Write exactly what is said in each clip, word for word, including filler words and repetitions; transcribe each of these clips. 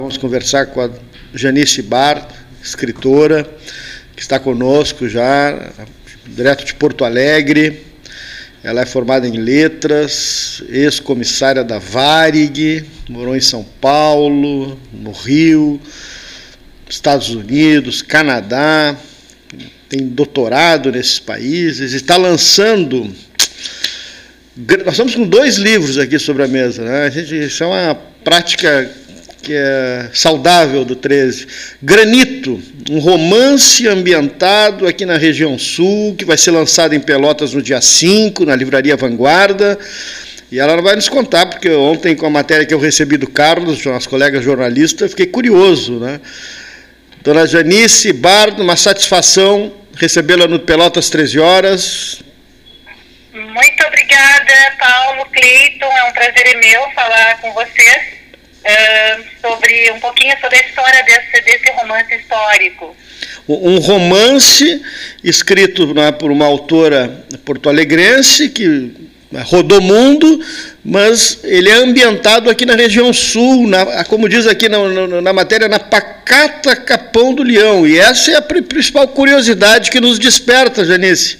Vamos conversar com a Janice Bard, escritora, que está conosco já, direto de Porto Alegre. Ela é formada em letras, ex-comissária da Varig, morou em São Paulo, no Rio, Estados Unidos, Canadá, tem doutorado nesses países, está lançando... Nós estamos com dois livros aqui sobre a mesa, né? A gente, isso é uma prática que é saudável do treze. Granito, um romance ambientado aqui na região sul, que vai ser lançado em Pelotas no dia cinco, na Livraria Vanguarda. E ela vai nos contar, porque ontem, com a matéria que eu recebi do Carlos, nosso colega jornalista, fiquei curioso, né? Dona Janice Bard, uma satisfação recebê-la no Pelotas treze horas. Muito obrigada, Paulo, Cleiton, é um prazer meu falar com vocês uh, sobre um pouquinho sobre a história desse, desse romance histórico. Um romance escrito, né, por uma autora porto-alegrense que rodou o mundo, mas ele é ambientado aqui na região sul, na, como diz aqui na, na, na matéria, na pacata Capão do Leão. E essa é a principal curiosidade que nos desperta, Janice.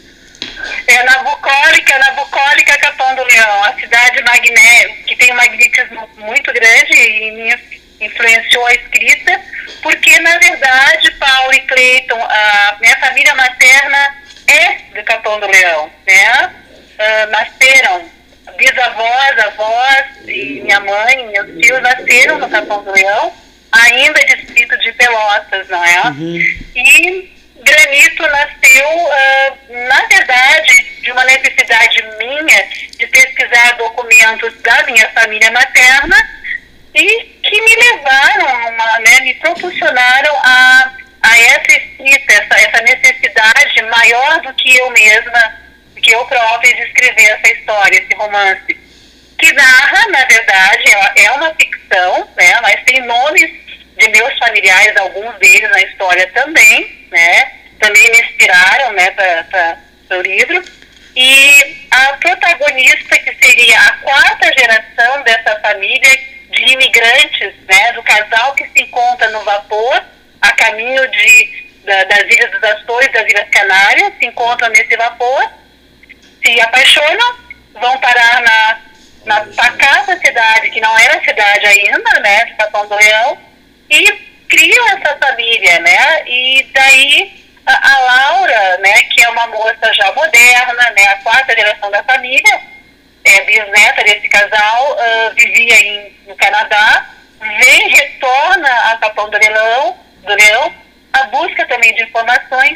É na bucólica, na bucólica Capão do Leão, a cidade magnética, que tem um magnetismo muito grande e me influenciou a escrita, porque, na verdade, Paulo e Cleiton, a minha família materna é do Capão do Leão, né? Uh, nasceram bisavós, avós, e minha mãe, meus tios nasceram no Capão do Leão, ainda distrito de Pelotas, não é? Uhum. E Granito nasceu, uh, na verdade, de uma necessidade minha de pesquisar documentos da minha família materna e que me levaram, a, né, me propulsionaram a, a essa escrita, essa, essa necessidade maior do que eu mesma, do que eu própria, de escrever essa história, esse romance, que narra, na verdade, é, é uma ficção, né, mas tem nomes de meus familiares, alguns deles na história também, né? Também me inspiraram, né, para o livro. E a protagonista, que seria a quarta geração dessa família de imigrantes, né, do casal que se encontra no vapor, a caminho de, da, das Ilhas dos Açores, das Ilhas Canárias, se encontram nesse vapor, se apaixonam, vão parar na, na pacata cidade, que não era cidade ainda, né, de Capão do Leão, e criam essa família, né? E daí a, a Laura, né, que é uma moça já moderna, né, a quarta geração da família, é bisneta desse casal, uh, vivia em, no Canadá, vem, retorna a Capão do Leão, do Leão, a busca também de informações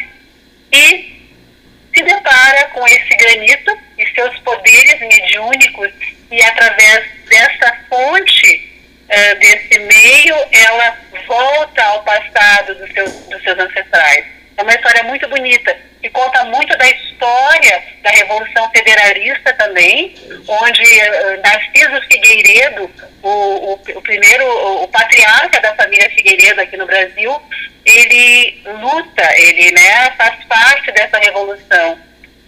e se depara com esse Granito e seus poderes mediúnicos, e através dessa fonte, Uh, desse meio, ela volta ao passado dos seus, dos seus ancestrais. É uma história muito bonita, que conta muito da história da Revolução Federalista também, onde uh, Narciso Figueiredo, o, o, o primeiro, o, o patriarca da família Figueiredo aqui no Brasil, ele luta, ele, né, faz parte dessa revolução.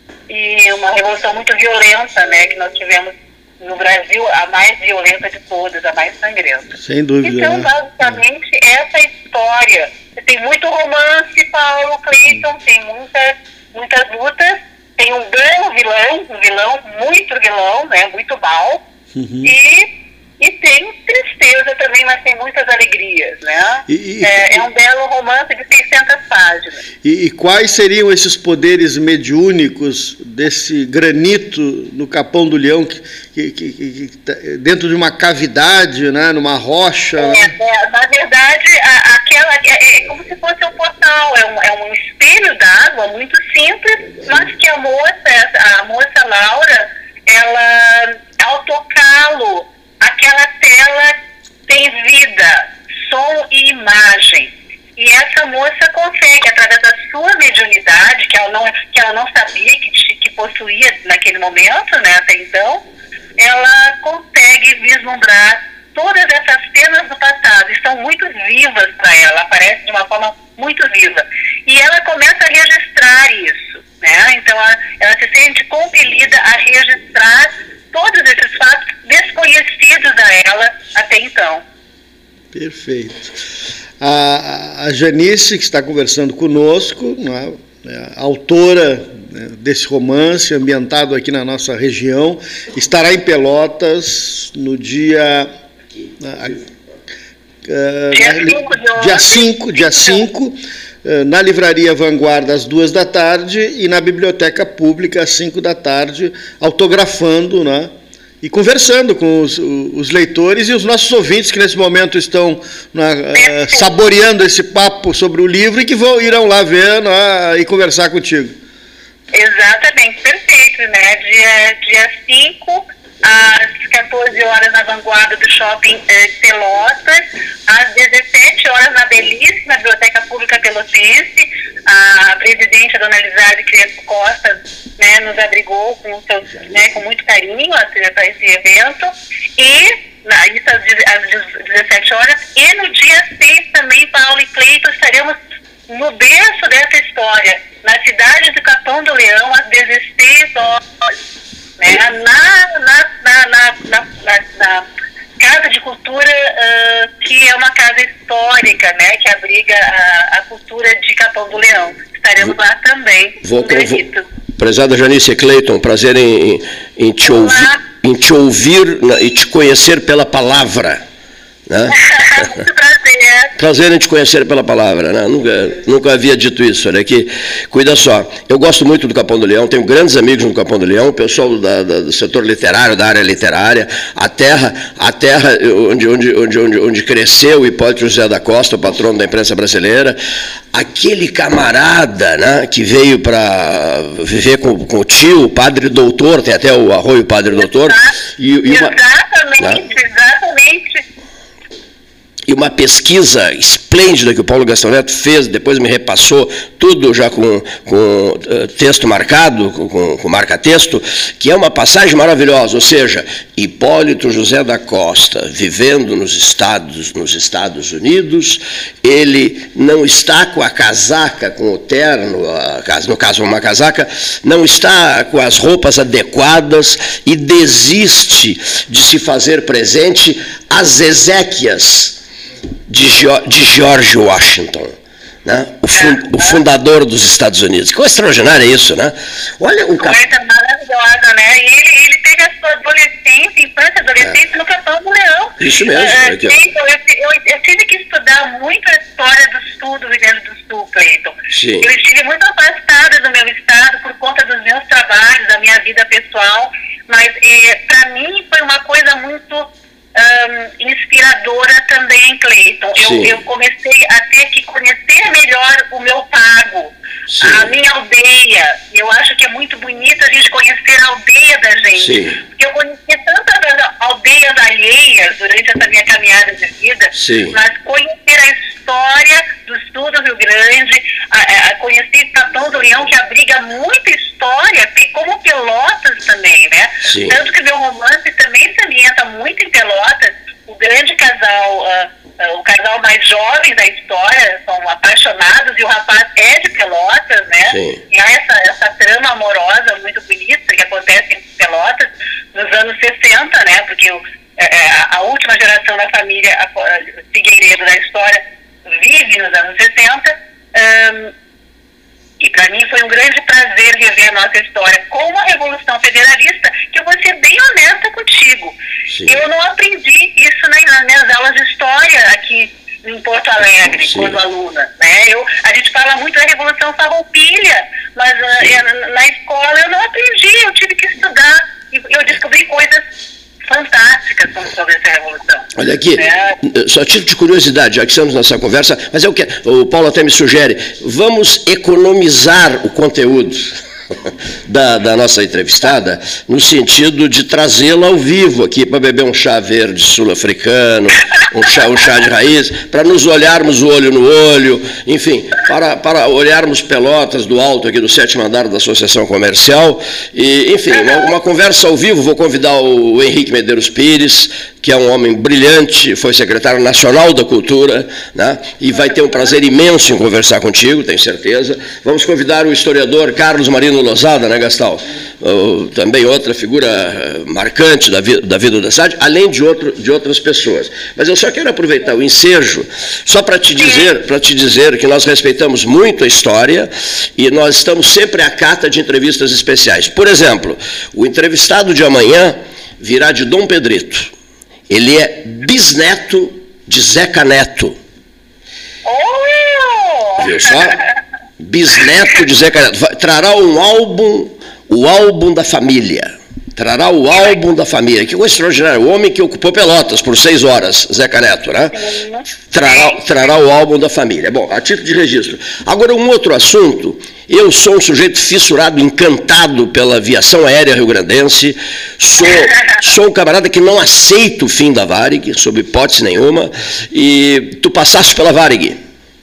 E uma revolução muito violenta, né, que nós tivemos no Brasil, a mais violenta de todas, a mais sangrenta. Sem dúvida. Então, basicamente, é. essa história. Tem muito romance, Paulo, Cleiton, tem muitas, muitas lutas, tem um belo vilão, um vilão, muito vilão, né, muito mal, uhum. e, e tem tristeza também, mas tem muitas alegrias, né? E, e, é, é um belo romance de seiscentas páginas. E, e quais seriam esses poderes mediúnicos desse Granito no Capão do Leão, que, que, que, que dentro de uma cavidade, né, numa rocha? É, né? é, na verdade, a, aquela é, é como se fosse um portal, é um, é um espelho d'água muito simples, mas que a moça, a moça Laura, ela, ao tocá-lo, aquela tela tem vida, som e imagem. E essa moça consegue, através da sua mediunidade, que ela não, que ela não sabia que, que possuía naquele momento, né, até então, ela consegue vislumbrar todas essas cenas do passado. Estão muito vivas para ela, aparece de uma forma muito viva. E ela começa a registrar isso, né? Então ela, ela se sente compelida a registrar todos esses fatos desconhecidos a ela até então. Perfeito. A, a Janice, que está conversando conosco, né, é autora, né, desse romance ambientado aqui na nossa região, estará em Pelotas no dia... Uh, dia cinco, dia cinco, uh, na Livraria Vanguarda às duas da tarde e na Biblioteca Pública às cinco da tarde, autografando, né, e conversando com os, os leitores e os nossos ouvintes que nesse momento estão, né, uh, saboreando esse papo sobre o livro e que vão, irão lá ver, né, e conversar contigo. Exatamente, perfeito, né? Dia cinco, às quatorze horas na Vanguarda do Shopping eh, Pelotas, às dezessete horas na belíssima Biblioteca Pública Pelotense. A presidente, a dona Elizarde Crespo Costa, né, nos abrigou com, seus, né, com muito carinho para esse evento. E na, isso às, às dezessete horas. E no dia seis também, Paulo e Cleiton, estaremos no berço dessa história, na cidade de Capão do Leão, às dezesseis horas. Né, na, na, na, na, na, na, na Casa de Cultura, uh, que é uma casa histórica, né, que abriga a, a cultura de Capão do Leão. Estaremos lá também. Vou, vou, prezada Janice Cleiton, prazer em, em, te ouvir, em te ouvir e te conhecer pela palavra. Né? Muito prazer. Prazer em te conhecer pela palavra, né? Nunca, nunca havia dito isso. Olha aqui, cuida só. Eu gosto muito do Capão do Leão, tenho grandes amigos no Capão do Leão, o pessoal da, da, do setor literário, da área literária, a terra, a terra onde, onde, onde, onde, onde cresceu o Hipólito José da Costa, o patrono da imprensa brasileira, aquele camarada, né, que veio para viver com, com o tio, o padre doutor, tem até o Arroio Padre Doutor. E, e uma, exatamente, né? exatamente. E uma pesquisa esplêndida que o Paulo Gastão Neto fez, depois me repassou tudo já com, com uh, texto marcado, com, com marca-texto, que é uma passagem maravilhosa, ou seja, Hipólito José da Costa, vivendo nos Estados, nos Estados Unidos, ele não está com a casaca, com o terno, a, no caso uma casaca, não está com as roupas adequadas e desiste de se fazer presente às exéquias De, de George Washington, né? o, fund, o fundador dos Estados Unidos. Que extraordinário é isso, né? Olha o cap... Coisa maravilhosa, né? E ele, ele teve a sua adolescência, infância, adolescência é. no Capão do Leão. Isso mesmo. Uh, Cleiton, eu, eu, eu tive que estudar muito a história do sul do Rio Grande do Sul, Cleiton. Sim. Eu estive muito afastada do meu estado por conta dos meus trabalhos, da minha vida pessoal, mas eh, para mim foi uma coisa muito Um, inspiradora também, Cleiton. Eu, eu comecei a ter que conhecer melhor o meu pago, Sim. a minha aldeia. Eu acho que é muito bonito a gente conhecer a aldeia da gente. Sim. Porque eu conheci tantas aldeias alheias durante essa minha caminhada de vida, Sim. mas conhecer a história do sul do Rio Grande, a, a conhecer Capão do Leão, que abriga muita história, como Pelotas também, né? Sim. Tanto que meu romance também se ambienta muito em Pelotas. O grande casal, uh, uh, o casal mais jovem da história, são apaixonados e o rapaz é de Pelotas, né? Sim. E há essa, essa trama amorosa muito bonita que acontece em Pelotas nos anos sessenta, né? Porque o, a, a última geração da família a, a, Figueiredo da história vive nos anos sessenta. Um, E para mim foi um grande prazer rever a nossa história com a Revolução Federalista, que eu vou ser bem honesta contigo. Sim. Eu não aprendi isso nas minhas aulas de história aqui em Porto Alegre, Sim. quando aluna. Né? Eu, a gente fala muito da Revolução Farroupilha, mas uh, na escola eu não aprendi, eu tive que estudar e eu descobri coisas fantásticas sobre essa revolução. Olha aqui, é. só título de curiosidade, já que estamos nessa conversa, mas é o que o Paulo até me sugere, vamos economizar o conteúdo da, da nossa entrevistada, no sentido de trazê-la ao vivo aqui, para beber um chá verde sul-africano, um chá, um chá de raiz, para nos olharmos o olho no olho, enfim, para, para olharmos Pelotas do alto aqui do sétimo andar da Associação Comercial, e, enfim, uma, uma conversa ao vivo. Vou convidar o Henrique Medeiros Pires, que é um homem brilhante, foi secretário nacional da Cultura, né, e vai ter um prazer imenso em conversar contigo, tenho certeza. Vamos convidar o historiador Carlos Marino Lozada, né, Gastal? uh, também outra figura marcante da, vi, da vida da cidade, além de, outro, de outras pessoas. Mas eu só quero aproveitar o ensejo só para te dizer, para te dizer que nós respeitamos muito a história e nós estamos sempre à cata de entrevistas especiais. Por exemplo, o entrevistado de amanhã virá de Dom Pedrito. Ele é bisneto de Zeca Neto. Oh! Viu só? Bisneto de Zeca Neto. Trará um álbum, o álbum da família. Trará o álbum da família. Que coisa extraordinária. O homem que ocupou Pelotas por seis horas, Zeca Neto, né? Trará, trará o álbum da família. Bom, a título de registro. Agora, um outro assunto. Eu sou um sujeito fissurado, encantado pela aviação aérea rio-grandense. Sou, sou um camarada que não aceita o fim da Varig, sob hipótese nenhuma. E tu passaste pela Varig.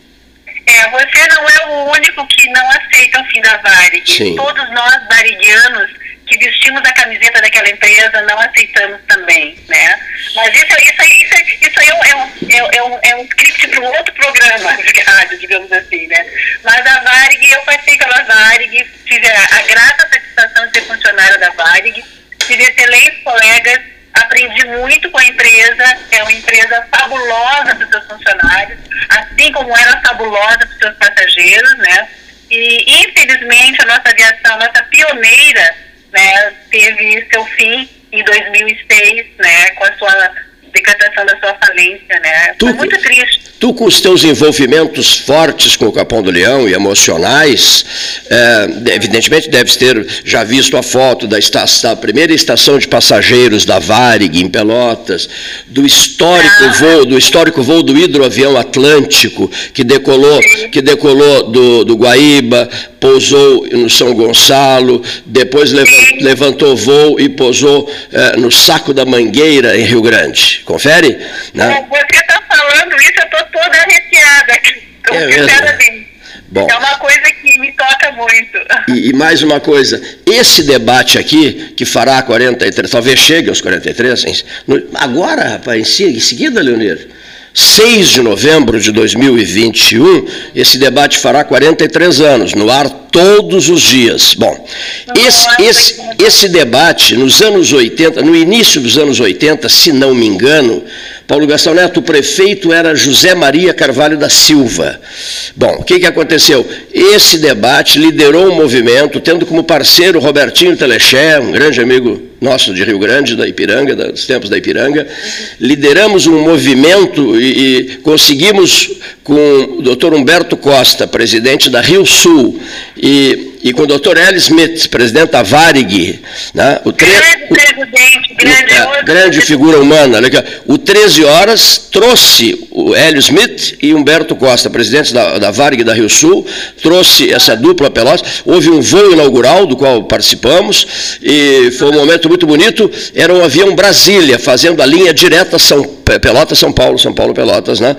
É, você não é o único que não aceita o fim da Varig. Sim. Todos nós, variguianos, que vestimos a camiseta daquela empresa, não aceitamos também, né? Mas isso, isso, isso, isso aí é um, é, um, é um script para um outro programa de rádio, digamos assim, né? Mas a Varig, eu passei pela Varig, tive a, a grata satisfação de ser funcionária da Varig, tive excelentes colegas, aprendi muito com a empresa, é uma empresa fabulosa para os seus funcionários, assim como era fabulosa para os seus passageiros, né? E, infelizmente, a nossa aviação, a nossa pioneira, né, teve seu fim em dois mil e seis, né, com a sua decretação da sua falência, né? Tu, Foi muito triste. Tu, com os teus envolvimentos fortes com o Capão do Leão e emocionais, é, evidentemente deves ter já visto a foto da, estação, da primeira estação de passageiros da Varig em Pelotas, do histórico ah. voo, do histórico voo do hidroavião Atlântico que decolou, que decolou do, do Guaíba, pousou no São Gonçalo, depois levantou, levantou voo e pousou é, no Saco da Mangueira, em Rio Grande. Confere? Né? Você está falando isso, eu estou toda arrepiada aqui. É mesmo? Bom, é uma coisa que me toca muito. E, e mais uma coisa, esse debate aqui, que fará quarenta e três, talvez chegue aos quarenta e três, no, agora, rapaz, em seguida, Leonir, seis de novembro de dois mil e vinte e um, esse debate fará quarenta e três anos, no ar todos os dias. Bom, esse, esse, esse debate, nos anos oitenta, no início dos anos oitenta, se não me engano, Paulo Gastão Neto, o prefeito era José Maria Carvalho da Silva. Bom, o que, que aconteceu? Esse debate liderou um movimento, tendo como parceiro Robertinho Telexé, um grande amigo nosso de Rio Grande, da Ipiranga, dos tempos da Ipiranga. Lideramos um movimento e, e conseguimos, com o doutor Humberto Costa, presidente da Rio Sul, e, e com o doutor Hélio Smith, presidente da Varig, né, o tre... grande presidente, grande, é, grande figura humana. O treze horas trouxe o Hélio Smith e Humberto Costa, presidentes da, da Varig da Rio Sul, trouxe essa dupla Pelotas. Houve um voo inaugural do qual participamos e foi um momento muito bonito. Era um avião Brasília, fazendo a linha direta São Pelotas, São Paulo, São Paulo, Pelotas, né?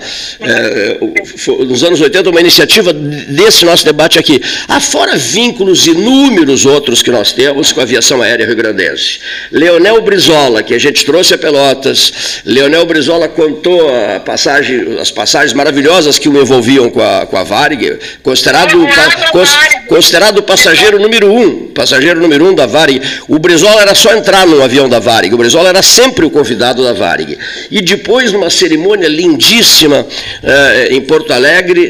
É, foi, nos anos oitenta, uma iniciativa desse nosso debate aqui. Afora vínculos inúmeros outros que nós temos com a aviação aérea rio-grandense. Leonel Brizola, que a gente trouxe a Pelotas. Leonel Brizola contou a passagem, as passagens maravilhosas que o envolviam com a, com a Varig, considerado, considerado o passageiro número um, passageiro número um da Varig. O Brizola era só entrar no avião da Varig, o Brizola era sempre o convidado da Varig. E depois, numa cerimônia lindíssima eh, em Porto Alegre,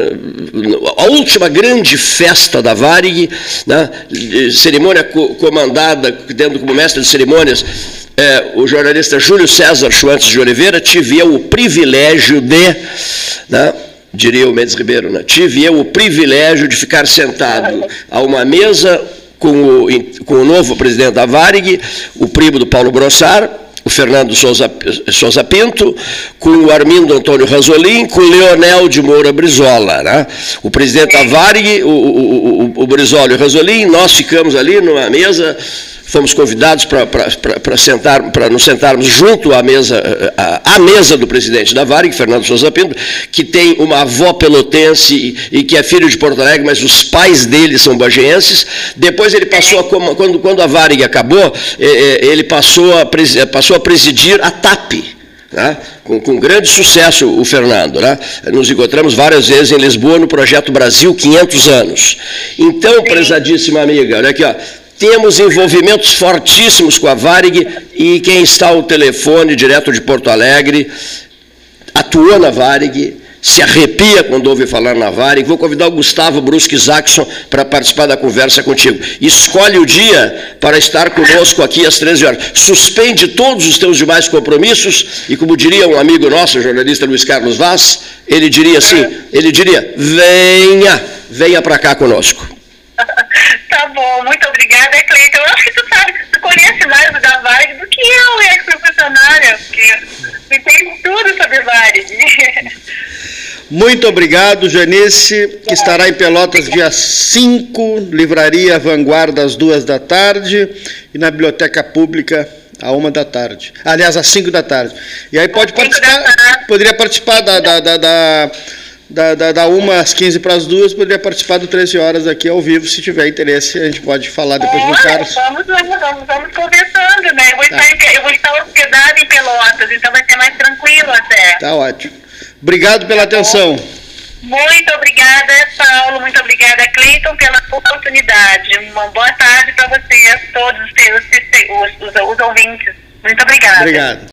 eh, a última grande festa da Varig, né, cerimônia co comandada, tendo como mestre de cerimônias É, o jornalista Júlio César Schwantz de Oliveira. Tive eu o privilégio de, né, diria o Mendes Ribeiro, né, tive eu o privilégio de ficar sentado a uma mesa com o, com o novo presidente da Varig, o primo do Paulo Brossard, o Fernando Souza, Souza Pinto, com o Armindo Antônio Ranzolin, com o Leonel de Moura Brizola, né? O presidente da Varig, o, o, o, o Brizola e o Ranzolin, nós ficamos ali numa mesa. Fomos convidados para sentar, para nos sentarmos junto à mesa, à, à mesa do presidente da Varig, Fernando Souza Pinto, que tem uma avó pelotense e, e que é filho de Porto Alegre, mas os pais dele são bageenses. Depois ele passou, a, quando, quando a Varig acabou, ele passou a, passou a presidir a TAP. Né? Com, com grande sucesso o Fernando, né? Nos encontramos várias vezes em Lisboa no projeto Brasil quinhentos anos. Então, prezadíssima amiga, olha aqui, ó, Temos envolvimentos fortíssimos com a Varig e quem está ao telefone direto de Porto Alegre atuou na Varig, se arrepia quando ouve falar na Varig. Vou convidar o Gustavo Brusque Jackson para participar da conversa contigo. Escolhe o dia para estar conosco aqui às treze horas. Suspende todos os teus demais compromissos e, como diria um amigo nosso, o jornalista Luiz Carlos Vaz, ele diria assim, ele diria, venha, venha para cá conosco. Tá bom, muito obrigada, Cleiton. Eu acho que tu sabe, tu conhece mais da Varig do que eu, ex-funcionária, porque tu entende tudo sobre Varig. Muito obrigado, Janice, que estará em Pelotas dia cinco, Livraria Vanguarda às duas da tarde e na Biblioteca Pública à uma da tarde. Aliás, às cinco da tarde. E aí pode participar, poderia participar da, da, da, da, da, da, da uma às quinze para as duas, poderia participar do treze horas aqui ao vivo, se tiver interesse, a gente pode falar depois é, do Carlos. Vamos, vamos, vamos, vamos conversando, né? Eu vou, tá. estar, eu vou estar hospedada em Pelotas, então vai ser mais tranquilo até. Tá ótimo. Obrigado pela atenção. Muito obrigada, Paulo. Muito obrigada, Cleiton, pela oportunidade. Uma boa tarde para vocês, todos os, os, os, os ouvintes. Muito obrigada. Obrigado.